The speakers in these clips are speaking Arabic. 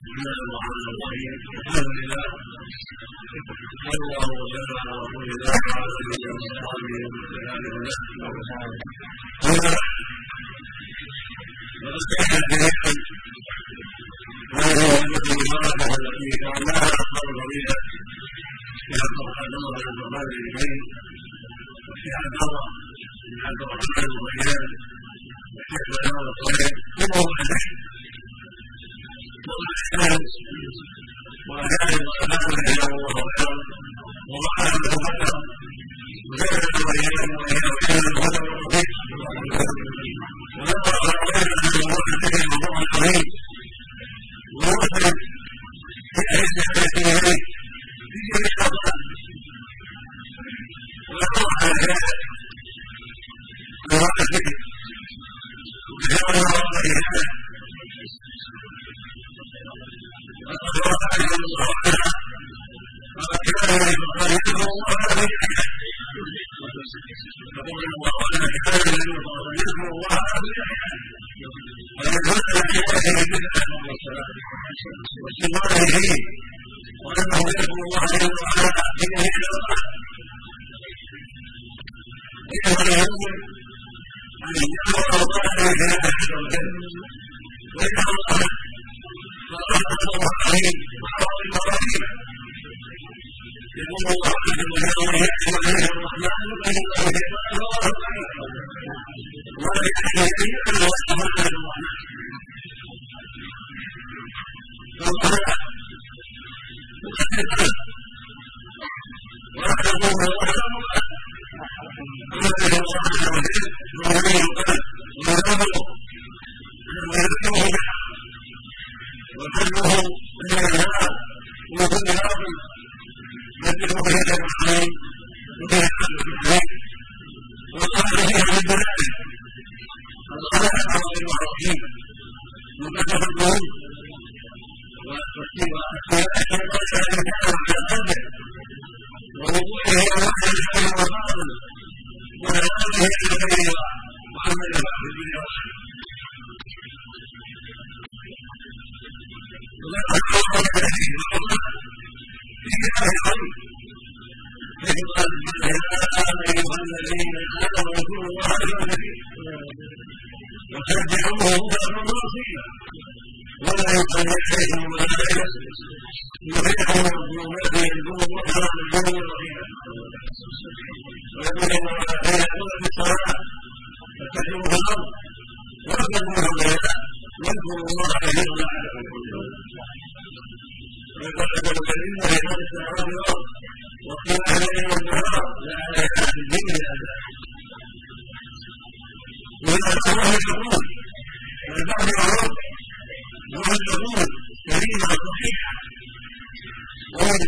بسم الله الرحمن الرحيم. الحمد لله صلى الله وسلم على رسول الله وعلى اله وصحبه ومن تبعهم باحسان الى يوم الدين. وقد كان الجهاد هذه المباركه التي فعلناها اصحاب الفضيله في القران من القران الكريم وفي الدعوه من عبد الرحمن الريان وشيخ بيان الصالح كلهم اهل وأجعل الصلاة إلى الله خيرا وضعها له خيرا وزاد وإياه وإياه وإياه الهدى والرفيق ونظر علينا أن الله به الموضوع العظيم ووصل في أهل إليه في جميع الأوقات ونظر على ذلك بوعده وكتاب الله إياه وأنه يذكر الله جل وعلا في أهل الأرض إنه يقول أن يأمر الله في أهل الجنة وإن الله فرحمة الله عليه وحرم المراحيم يقول الله عز وجل يأتي عليه الرحمن فإن الله ولا يأتي إلا الله سبحانه الرحمن فالقرآن مقدمة وأعلمه وأعلمه أمده الله عز وجل وهو القلب ونظره ويذكره به وكله من الهوى وكل باطل يذكره به الرحمن وبه الحمد وقال فيها من بلاده فقال أمر المعروفين وكتب الظهور ووضوحه ووحده الحي والباطل وإعلامه الخير وعمله في الدنيا والآخرة وذكر الله فيه فيه أهل العلم حيث قال يا أيها الذين آمنوا اذكروا الله وسبحوه بكرة وأصيلا ولا يقل شيء مبالغ يريدهم الظلمات يلزم الله بالظلم رحيما ويقول الله تعالى يقول بالصلاة فاتبعوا في الأرض واعبدوه بالله واذكروا الله كثيرا لعلكم تفلحون ويقول ابن الكريم في هذه السماوات والأرض واختلاف الليل والنهار لآيات الدين لله وإذا الله يقول والبعض الأرض وهو يقول كلمة صحيحة قول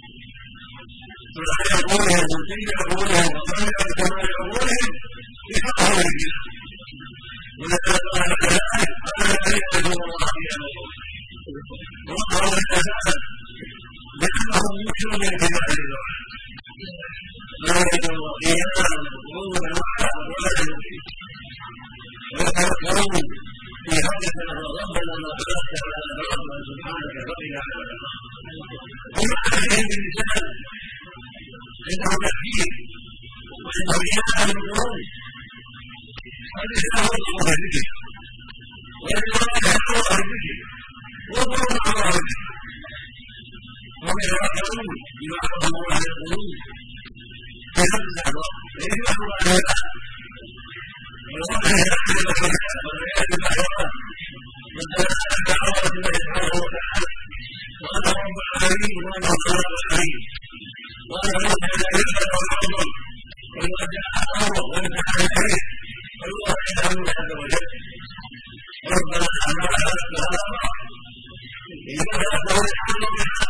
فلا يقولها مبتدع يقولها وصالح كما يقولهم بحقه الجنة ولذلك قال كذلك قال لا يعلم الله بأنه وقال الأساس لأنهم يمكن من اتباع الله لا يدعو قياما وقولا ولا يمكن ويتفكرون في حدث ربنا ما خلقت على الارض سبحانك فقنا عذاب النار ومع هذه الانسان انه يكفيه وانه يعلم القرون قد يشاء الله به ويتوكل على الله به ويقول مع الله به وهم يتوكلون بما امر الله يقولون في نفس اللحظه فيجمعوا على هذا والله يعلم الحياه والعياذ بالله وتعالى دعوات الله سبحانه وتعالى وأنا رب العالمين وأنا خالق العالمين وأنا رب العالمين والأفضل وإذا جاء أمره ونفع الخير فالله يعلم عز وجل ربنا أمر على الأمر إنك أفضل الحمد لله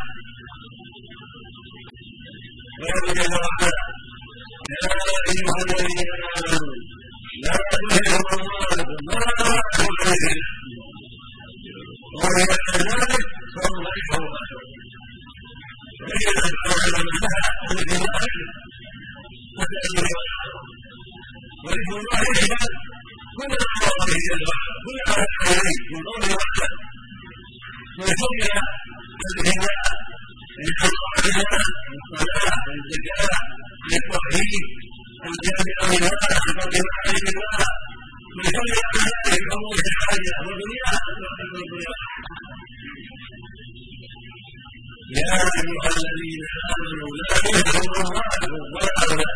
ويقول الله تعالى يا أيها الذين آمنوا لا تلهكم أموالكم ولا أولادكم عن ذكر الله ومن يفعل ذلك فأولئك هم الخاسرون فإذا فعل من نهى عن ذكر الله فتأتي وذكر الله يشمل كل أمر به جل وعلا كل ما يفعل إليه من قول وعمل ويسمي الصلاة والزكاة للتوحيد الجامع لله والإيمان بالله وكل أعمال الأمور الحالية ودنياها يا أيها الذين آمنوا لا يهدوا الله ولا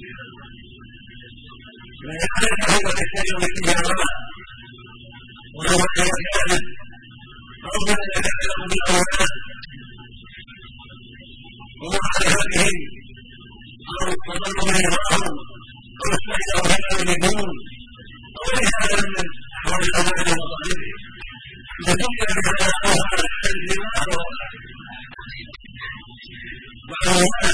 لا يعرفه ويشتري بالتجارة وهو كذلك أو لا يتكلم بالأولاد ومعرفتهم أو تضرهم معهم أو استجابوا يعلمون أو يعلم من أحوال الأولاد وصاحبهم فدل على أهل الجماعة وأولاد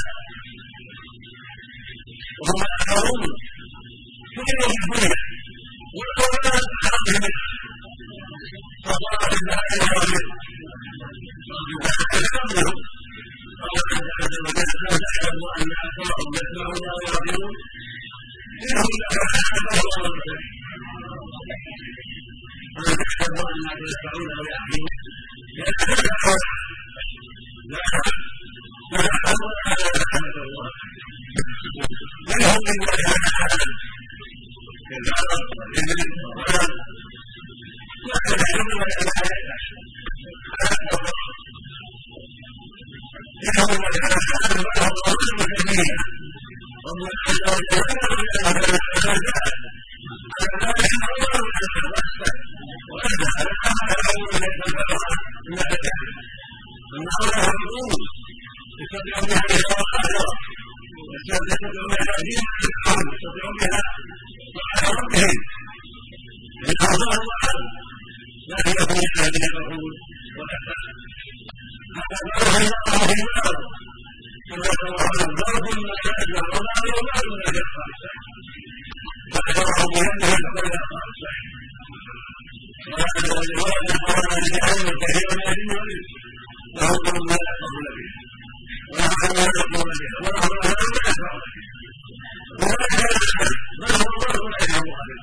وهم آخرون كلهم الدنيا والقرآن عظيم فضاء الله العظيم فأخبره قال عز وجل لا تعلم أن أكثرهم يسمعون ويعقلون إنهم لكفروا الله ولا تحسب أنهم يسمعون ويعقلون لا فنحن على رحمة الله منهم من وجه العالم كالعرب والإبل والغنم وكذلك إنهم وجه العالم وله ظلم كبير والله عز وجل على ذلك وأنزل على أمر ليس البشر إلا بشر النار يقول يستطيعون بها الإشارة يستطيعون بها دين الإسلام يستطيعون بها وعلى ربهم يتعظم الله لا يكون الذين يقول وكفى حتى ضرب الله في النار كما سواء ضرب ما يأذى وما يؤمن من يفعل فأخبرهم بأنه يقول يفعل وهذا ولهذا قال لجعلنا كثيرا من الجن والإنس وهم ما يحفظون به وهم ما يحفظون به وهم ما يحفظون به ولا كان بل هو الله لا يحفظ عليه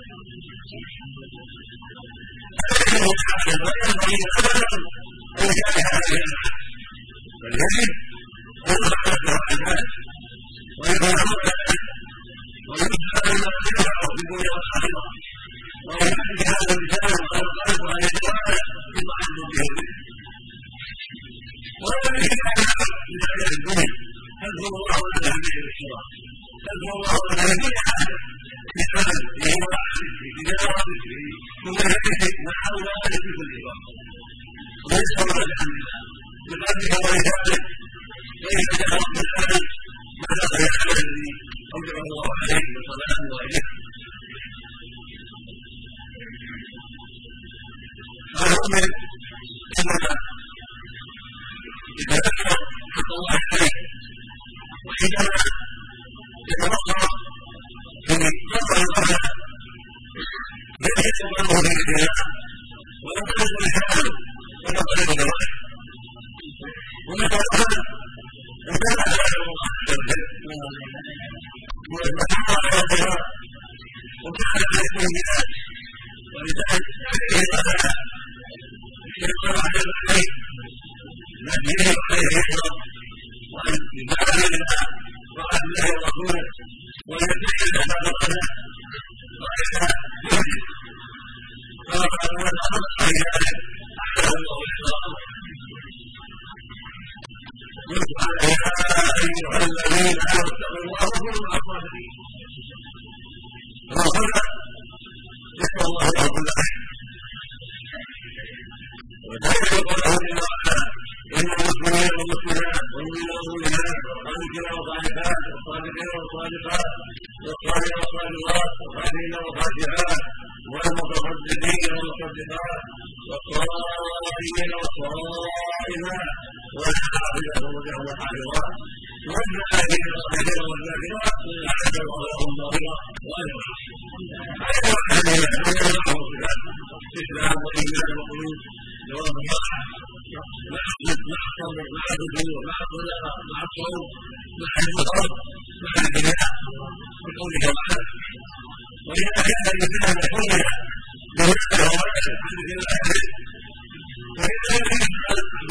وينبغي أبدا أن يكره هذه الأمور بل يجب أن يخالفها الناس ويفهمون ويسأل ما ينفعه في الدنيا والآخرة ويأتي بهذا الرسالة ويقال عن الجواب بما عنده به ولا يمكن أن يعلم من هذه الدنيا تذكر الله لنا هذه الصورة تذكر الله لنا كل أحد في عمله في وعده في تجارته في ممارسته نحو ذلك في كل وقت ويسأل عن بقلبه ورسالته كيف جاء بالآن ما دخل على الذي أوجب الله عليه وصلاة وإليه فالمؤمن إنما يتذكر حق الله عليه وحينما يتبصر في نظر القبلة يجد الله في الجنة وينطلق لسانه وينطلق بوجهه ومتى قال انتبه على الله عز وجل وانتبه على الجهاد وكان على الجهاد ولذلك عليه الصلاة يقول على الخير نبيه عليه الصلاة وأن يبارك الله وعن الله ورسوله ويتقي الله وقنا وإلى يهدي قال من أمر بذلك أعلم الله إحراقه قلت يا أيها الذين آمنوا اتقوا الله وكونوا مع الصادقين وهنا يقول الله له كل خير وذلك قوله جل وعلا إن المسلمين والمسلمات والمؤمنات والقانتين والقانتات والصادقين والصادقات والصالحين والصالحات والخاشعين والخاشعات والمتصدقين والمصدقات والصائمين والصائمات والحافظين والحافظات والذاكرين والذاكرين والذاكرات أعد الله لهم مغفرة وأجرا أيضا هذه الأمور صفات الإسلام والإيمان والقلوب جواب الله مع الصبر مع الرجوع مع الصدقة مع الصوم مع النصر مع البناء بقوله تعالى وإذا كان الإنسان حمل بهذا الوضع الحمد لله فإنه يفعل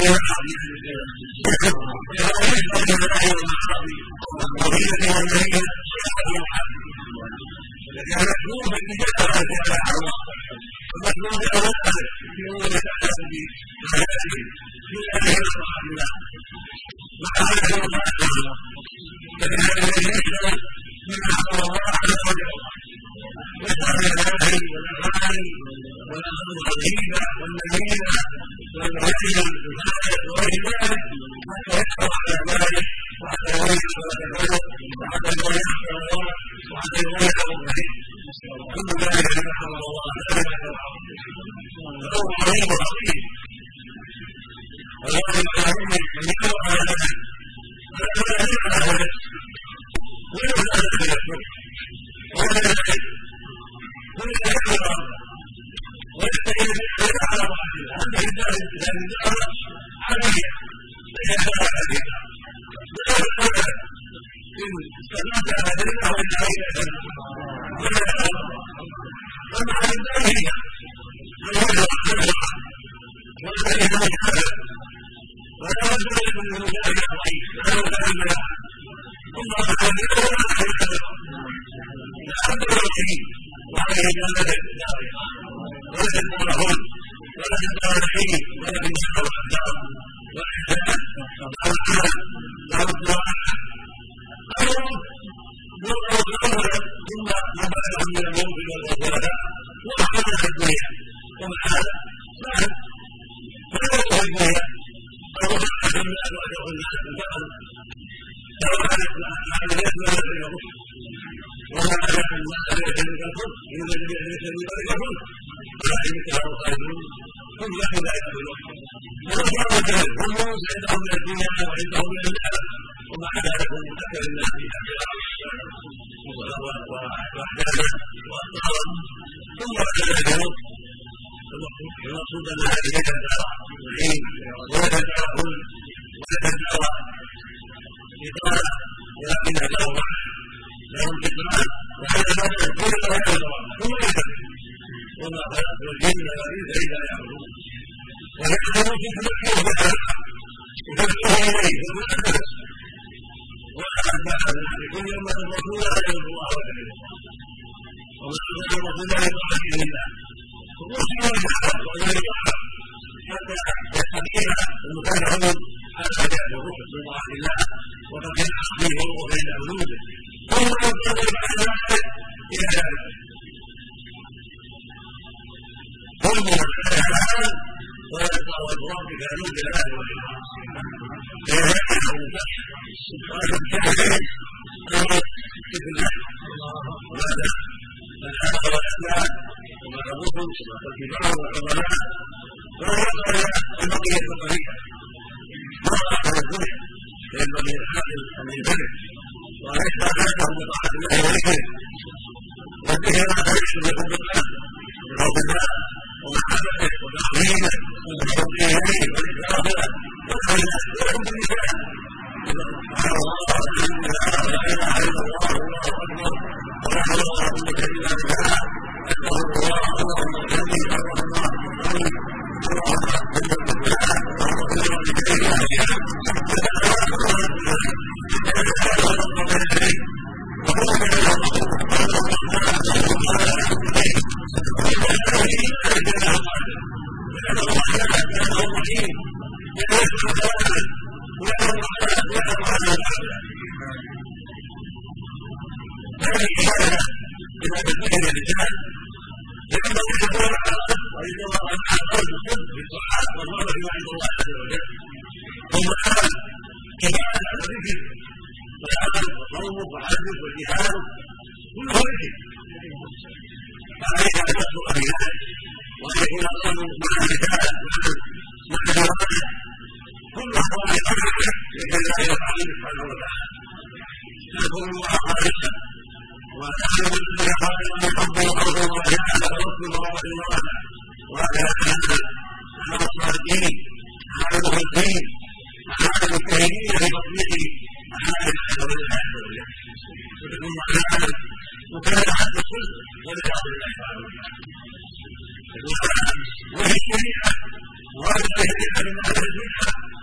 وهي الشريعة وهذا الشريعة من أهل البدعة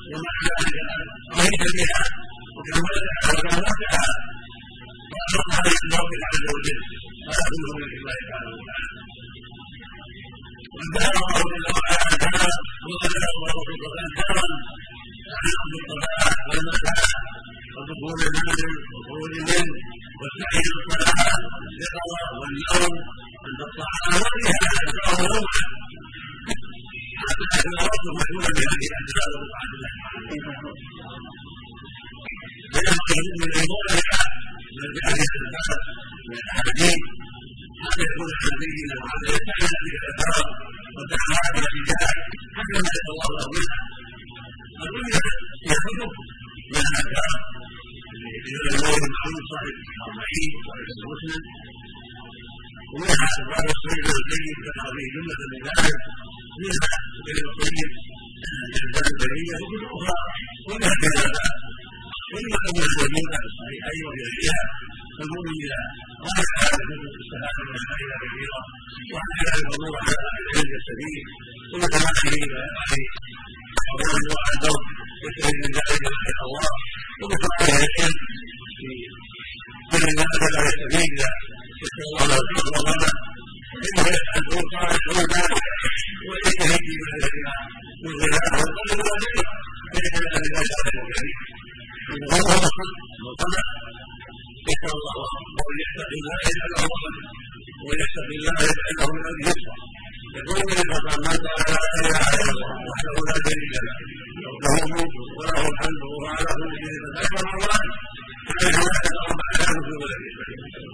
ومع ذلك رهيب بها وكملها وأمرها بالتوبة عز وجل فلا تنظر من الله تعالى وانتهى الله جل وعلا تعالى وقال الله سبحانه وتعالى تعلم بالصلاة والمساء ودخول المنزل وخروج منه والسعي بالصلاة واليقظة والنوم عند الطعام وغيرها أسباب نومه حتى أن ربه مشغولا بهذه الأسباب وطاعة الله فينبغي من المؤمنة من هذه الأسباب من الأحاديث حتى يكون حزينا وحتى يستعمل به الأثار والدعوات التي جاءت حتى ما يتواضع منها فالدنيا يأخذه من الأثار إلى النور المعروف صاحب 40 صاحب المسلم ومنها أسباب الصيد والجيد ذكر فيه جملة من ذلك منها غير الطيب الإنسان البرية وكل أخرى كلها من الأثار ولما كنا موجودة في الصحيحين وفي غيرها فالمؤمن إذا قال هذا في الصلاة من فائدة كبيرة وهكذا الموضوع على العلم السبيل ومتماثل إلى ومن الله عز وجل يستفيد من ذلك ما شاء الله ومتماثل العلم في كل ما أخذ على السبيل إذا يسأل الله له رمضان فإنه يسأل وقال ويجتهد فيما يجري من غذاء والقلب والذكر فيتنبه بما شاء الله كريم وهو مطلع يسأل الله ومن يتق الله يجعل له رحمة ومن يتق الله يجعل له من أمره يسرا يقول من الفقر من قال لا إله إلا الله وحده لا شريك له له الملك وله الحمد وهو على كل شيء قدير الله فإن هذا الأمر لا يمكن ولا يشرك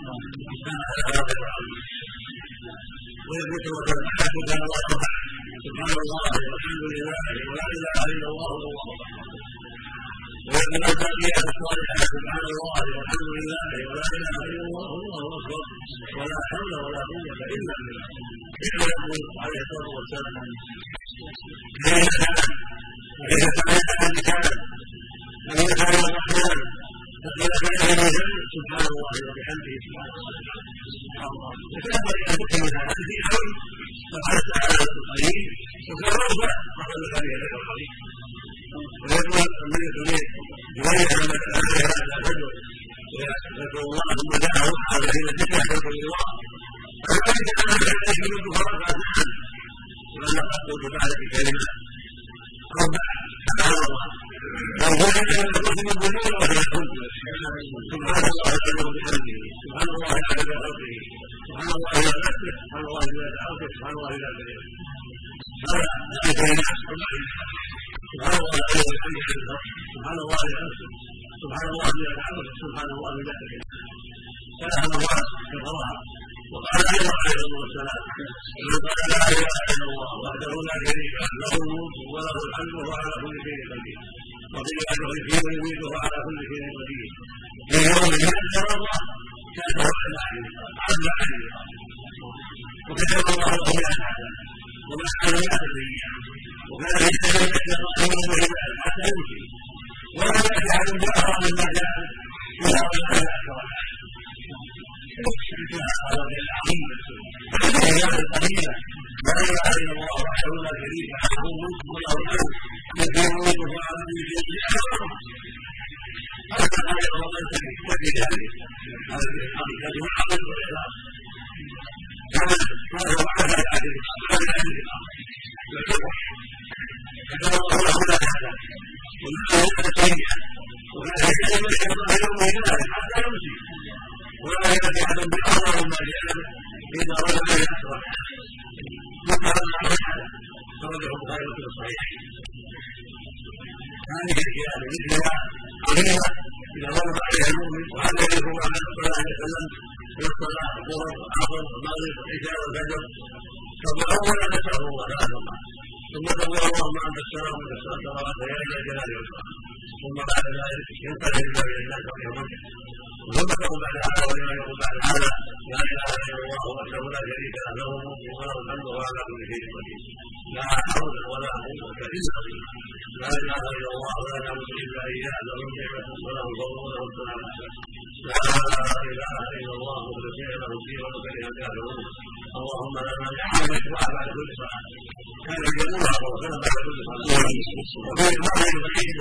ويذكر وتذكر سبحان الله سبحان الله والحمد لله ولا إله إلا الله والله ومن الباقيات الصالحات سبحان الله والحمد لله ولا اله الا الله والله اكبر ولا حول ولا قوه الا بالله كما يقول عليه الصلاه والسلام فإذا كان اللسان فإذا كان الرحمن فإذا كان الميزان سبحان الله وبحمده سبحان الله وكما أن تكمل هذه في أمر فقد تعالى القليل وكان رفع فقد كان يدعو القليل ويقول الملك الملك بغير ان هذا الرجل ويذكر الله ثم دعاه على حين الذكر يذكر الله فذلك ان يحتاج من الكفار فاسعا وانا اقول بعد بكلمه اربع سبحان الله وقال ان المسلم الظلول وهي كل سبحان الله العظيم وبحمده سبحان الله على خلقه سبحان الله على نفسه سبحان الله على عرشه سبحان الله على كلمه هذا الكلمات سبحان الله سبحان الله لنفسه سبحان الله للعبد سبحان الله لذاته سبحان الله كفرها وقال ايضا عليه الصلاه والسلام من قال لا اله الا الله وحده لا شريك له الملك وله الحمد وهو على كل شيء قدير وقيل له يحيي ويميت وهو على كل شيء قدير في يوم يذكر الله كانه على عين وكتب الله له احدا وما كان يأتي وكان يستمر إلى رحمه وهباء حتى يمشي ولا يجعل بأخر مما جاء إلى رحمه الأكبر هذا العظيم الرجال القديمة لا إله إلا الله وحده لا شريك له الملك وله الحمد يحيي ويميت وهو على كل شيء قدير هذا غير الله وفي ذلك هذا الكلمة عظيم والإخلاص كان هذا وعد عليه فكان الله له لا هذا ومنه التسمية وكان يجب أن يكون يوم هلال حتى يمشي ولا يأتي أحد بأمر مما جاء إذا أراد أن يأسرع وقال الله تعالى خرجه البخاري في الصحيح هذه الاشياء مثلها عظيمه اذا ضرب عليها المؤمن وهذا يدعو على صلى الله عليه وسلم في الصلاه الظهر والعصر والمغرب والعشاء والفجر ثم اولا نسال الله تعالى الله ثم تقول اللهم انت السلام وانت السلام يا الى جلال والكرام ثم بعد ذلك ينتهي الى الناس ويومه ثم تقول بعد هذا ولما يقول بعد هذا لا اله الا الله وحده لا شريك له وله الحمد وهو على كل شيء قدير لا حول ولا قوه الا بالله لا اله الا الله ولا نعبد الا اياه له النعمه وله الفضل وله الثناء لا اله الا الله مخلصين له الدين وكره الكافرون اللهم لا مانع من الدعاء بعد كل صلاه كان يقولها وكان بعد كل صلاه وفي بعض الحديث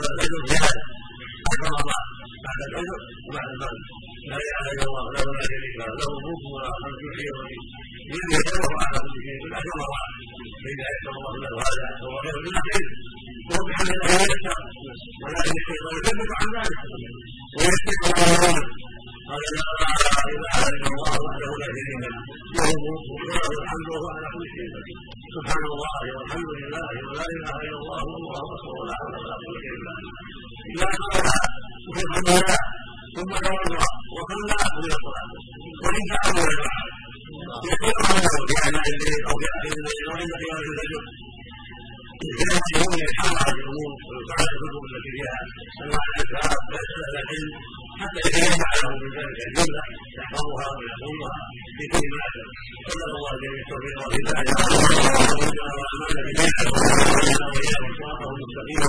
اله الا الله له لا شريك له له الملك وله الحمد يحيي ويميت بيده الامر على كل شيء بالعشر مرات فاذا يسر الله له هذا فهو خير من اخره وهو بحمد الله يسر ولكن الشيطان يثبت عن ذلك ويشتكي الله قال لا اله الا الله وحده لا شريك له له الملك وله الحمد وهو على كل شيء قدير سبحان الله والحمد لله ولا اله الا الله والله اكبر ولا حول ولا قوه الا بالله اذا قالها سبحان الله ثم توضا وصلى من الصلاه وان شاء الله يقول له في اعلى الليل او في اخر الليل او عند قيام الفجر يكون يشعر على الامور ويقال الكتب التي فيها انواع الاذكار ويسال العلم حتى يتجمع له من ذلك الجمله يحفظها ويقولها في كل ما صلى الله جل التوفيق والهدايه والاعمال بنيته واياكم صراطه المستقيم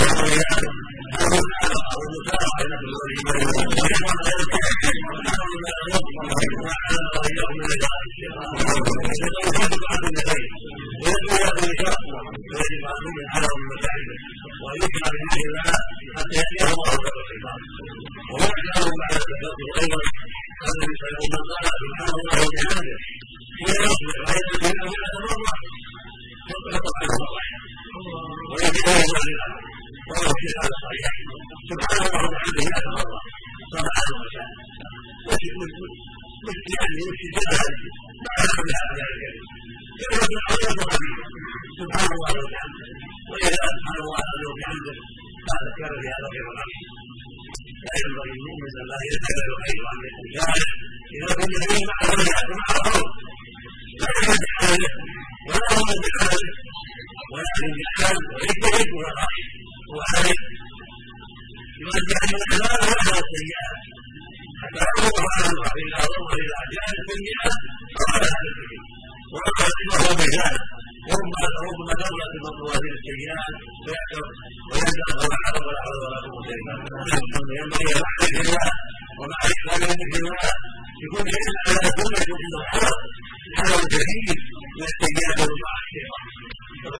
والمسارعه الى كل الايمان ويحفظ غير الكافرين ويحفظ ما يرد واعان واياكم من لقاء الشيطان ويحفظ عن النبي ويدعو له بشرط ويجب ان يؤمن على مساعده وان يكره بنهي الله حتى ياتيه الله شر الشيطان وهو يعلم بعد التفكر ايضا ان النبي صلى الله عليه وسلم قال سبحان الله وبحمده حين يصبح وحين ينام 100 مره فقط عنه الصحيح ويجب ان يصلي وهو في هذا الصحيح سبحان الله وبحمده 100 مره صباحا ومساء يعني يشتكي هذه بعد هذا الكلمه كلمه العظيم قليله سبحان الله وبحمده واذا سبحان الله وبحمده هذا كان في هذا غير العظيم لا ينبغي المؤمن ان لا يتكلم غير عن الانسان اذا كنت فيه مع الرجال ومع الرجل لا يهدي حاله ولا يهدي حاله ولكن يحال ويجتهد وهو راحل وعالم يرجع الاعمال ولا السيئات حتى يروح على الله اذا روح الى اجيال السيئات فلا تستجيب وقال انه بذلك ربما دلت بموازين السيئات فيحشر ويندم ولا حول ولا قوه الا بالله ينبغي ان يعرف الله ومع اكرام ذكر الله يكون على كل شيء حرج حذر شديد من السيئات والمعاصي